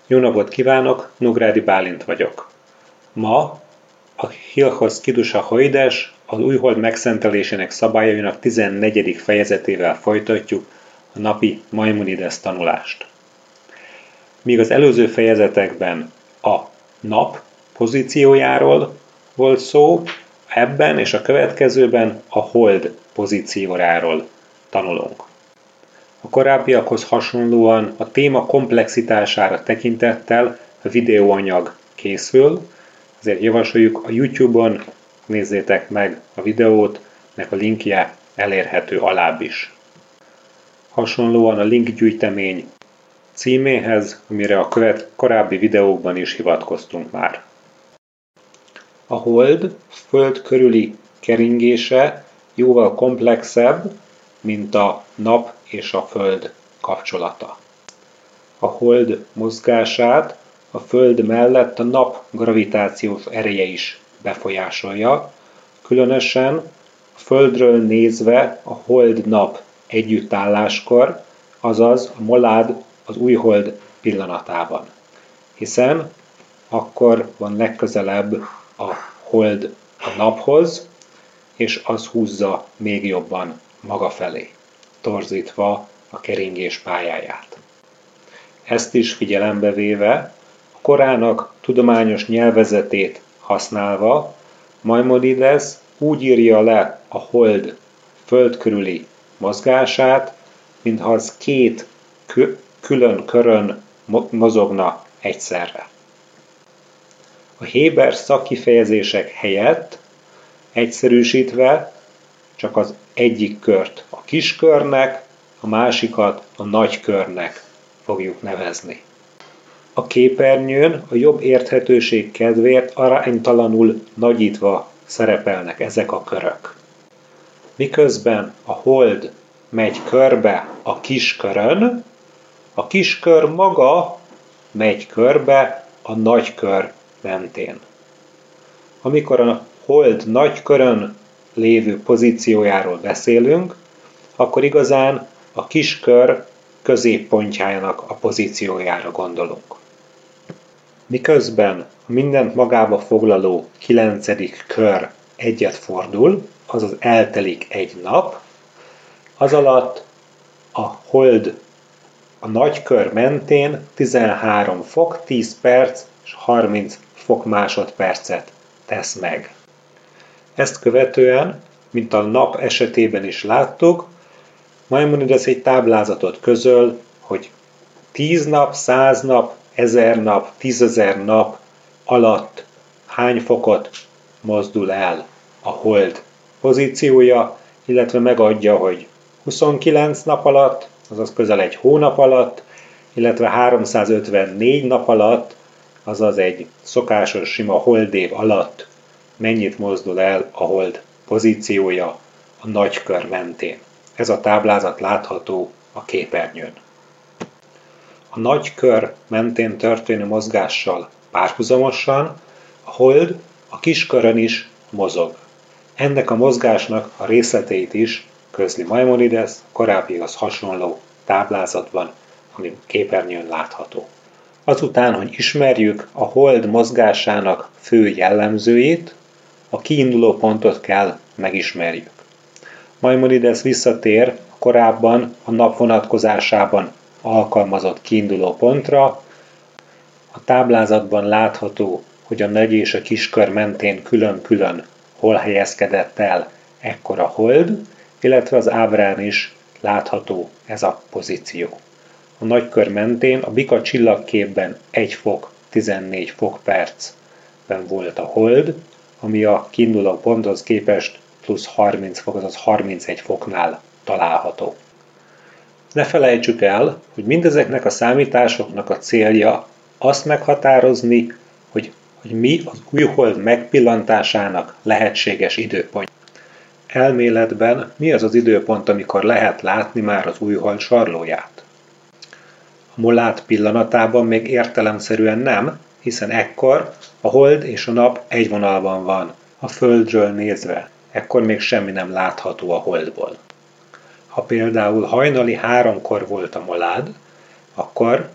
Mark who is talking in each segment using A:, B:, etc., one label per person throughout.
A: Jó napot kívánok, Nógrádi Bálint vagyok. Ma a Hilchos Kiddush HaChodesh az újhold megszentelésének szabályainak 14. fejezetével folytatjuk a napi Maimonides tanulást. Míg az előző fejezetekben a nap pozíciójáról volt szó, ebben és a következőben a hold pozíciójáról tanulunk. A korábbiakhoz hasonlóan a téma komplexitására tekintettel a videóanyag készül, ezért javasoljuk a YouTube-on, nézzétek meg a videót, nek a linkje elérhető alább is. Hasonlóan a linkgyűjtemény címéhez, amire a korábbi videókban is hivatkoztunk már. A hold föld körüli keringése jóval komplexebb, mint a nap és a föld kapcsolata. A hold mozgását a föld mellett a nap gravitációs ereje is befolyásolja, különösen a földről nézve a hold-nap együttálláskor, azaz a molád az új hold pillanatában. Hiszen akkor van legközelebb a hold a naphoz, és az húzza még jobban maga felé, torzítva a keringés pályáját. Ezt is figyelembe véve, a korának tudományos nyelvezetét használva, Maimonides úgy írja le a hold föld körüli mozgását, mintha az két külön körön mozogna egyszerre. A héber szakkifejezések helyett egyszerűsítve csak az egyik kört a kis körnek, a másikat a nagy körnek fogjuk nevezni. A képernyőn a jobb érthetőség kedvéért aránytalanul nagyítva szerepelnek ezek a körök. Miközben a hold megy körbe a kis körön, a kis kör maga megy körbe a nagy kör mentén. Amikor a hold nagy körön lévő pozíciójáról beszélünk, akkor igazán a kis kör középpontjának a pozíciójára gondolunk. Miközben a mindent magába foglaló 9. kör egyet fordul, azaz eltelik egy nap, az alatt a hold a nagy kör mentén 13 fok, 10 perc és 30 fok másodpercet tesz meg. Ezt követően, mint a nap esetében is láttuk, Maimonides egy táblázatot közöl, hogy 10 nap, 100 nap, 1000 nap, 10.000 nap alatt hány fokot mozdul el a hold pozíciója, illetve megadja, hogy 29 nap alatt, azaz közel egy hónap alatt, illetve 354 nap alatt, azaz egy szokásos sima holdév alatt mennyit mozdul el a hold pozíciója a nagy kör mentén. Ez a táblázat látható a képernyőn. A nagy kör mentén történő mozgással párhuzamosan a hold a kis körön is mozog. Ennek a mozgásnak a részleteit is közli Maimonides korábbihoz hasonló táblázatban, ami képernyőn látható. Azután, hogy ismerjük a hold mozgásának fő jellemzőit, a kiinduló pontot kell megismerjük. Maimonides visszatér a korábban a nap vonatkozásában alkalmazott kiinduló pontra. A táblázatban látható, hogy a nagy és a kis kör mentén külön-külön hol helyezkedett el ekkor a hold, illetve az ábrán is látható ez a pozíció. A nagy kör mentén a bika csillagképben 1 fok 14 fokpercben volt a hold, ami a kiinduló ponthoz képest plusz 30 fok, azaz 31 foknál található. Ne felejtsük el, hogy mindezeknek a számításoknak a célja azt meghatározni, hogy mi az új hold megpillantásának lehetséges időpont. Elméletben mi az az időpont, amikor lehet látni már az új hold sarlóját? A molád pillanatában még értelemszerűen nem, hiszen ekkor a hold és a nap egy vonalban van, a földről nézve. Ekkor még semmi nem látható a holdból. Ha például hajnali 3-kor volt a molád, akkor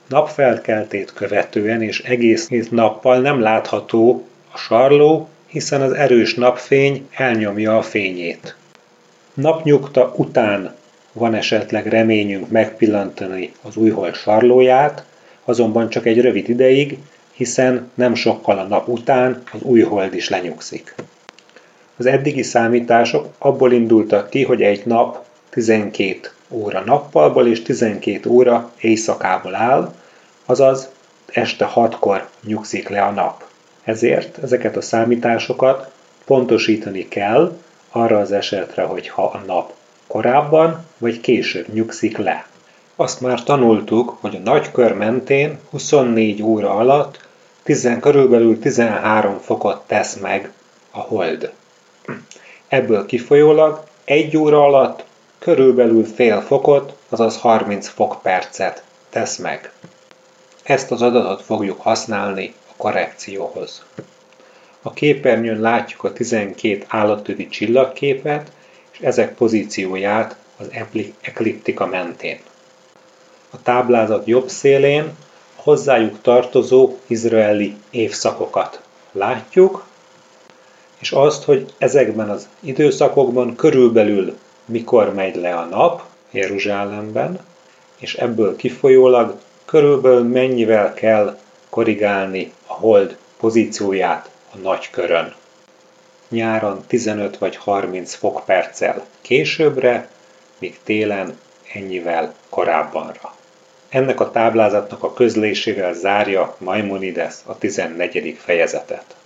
A: napfelkeltét követően és egész nappal nem látható a sarló, hiszen az erős napfény elnyomja a fényét. Napnyugta után van esetleg reményünk megpillantani az újhold sarlóját, azonban csak egy rövid ideig, hiszen nem sokkal a nap után az újhold is lenyugszik. Az eddigi számítások abból indultak ki, hogy egy nap 12 óra nappalból és 12 óra éjszakából áll, azaz este 6-kor nyugszik le a nap. Ezért ezeket a számításokat pontosítani kell arra az esetre, hogyha a nap korábban vagy később nyugszik le. Azt már tanultuk, hogy a nagykör mentén 24 óra alatt körülbelül 13 fokot tesz meg a hold. Ebből kifolyólag 1 óra alatt körülbelül fél fokot, azaz 30 fokpercet tesz meg. Ezt az adatot fogjuk használni a korrekcióhoz. A képernyőn látjuk a 12 állattövi csillagképet, és ezek pozícióját az ekliptika mentén. A táblázat jobb szélén a hozzájuk tartozó izraeli évszakokat látjuk, és azt, hogy ezekben az időszakokban körülbelül mikor megy le a nap Jeruzsálemben, és ebből kifolyólag körülbelül mennyivel kell korrigálni a hold pozícióját a nagykörön. Nyáron 15 vagy 30 fokperccel későbbre, míg télen ennyivel korábbanra. Ennek a táblázatnak a közlésével zárja Maimonides a 14. fejezetet.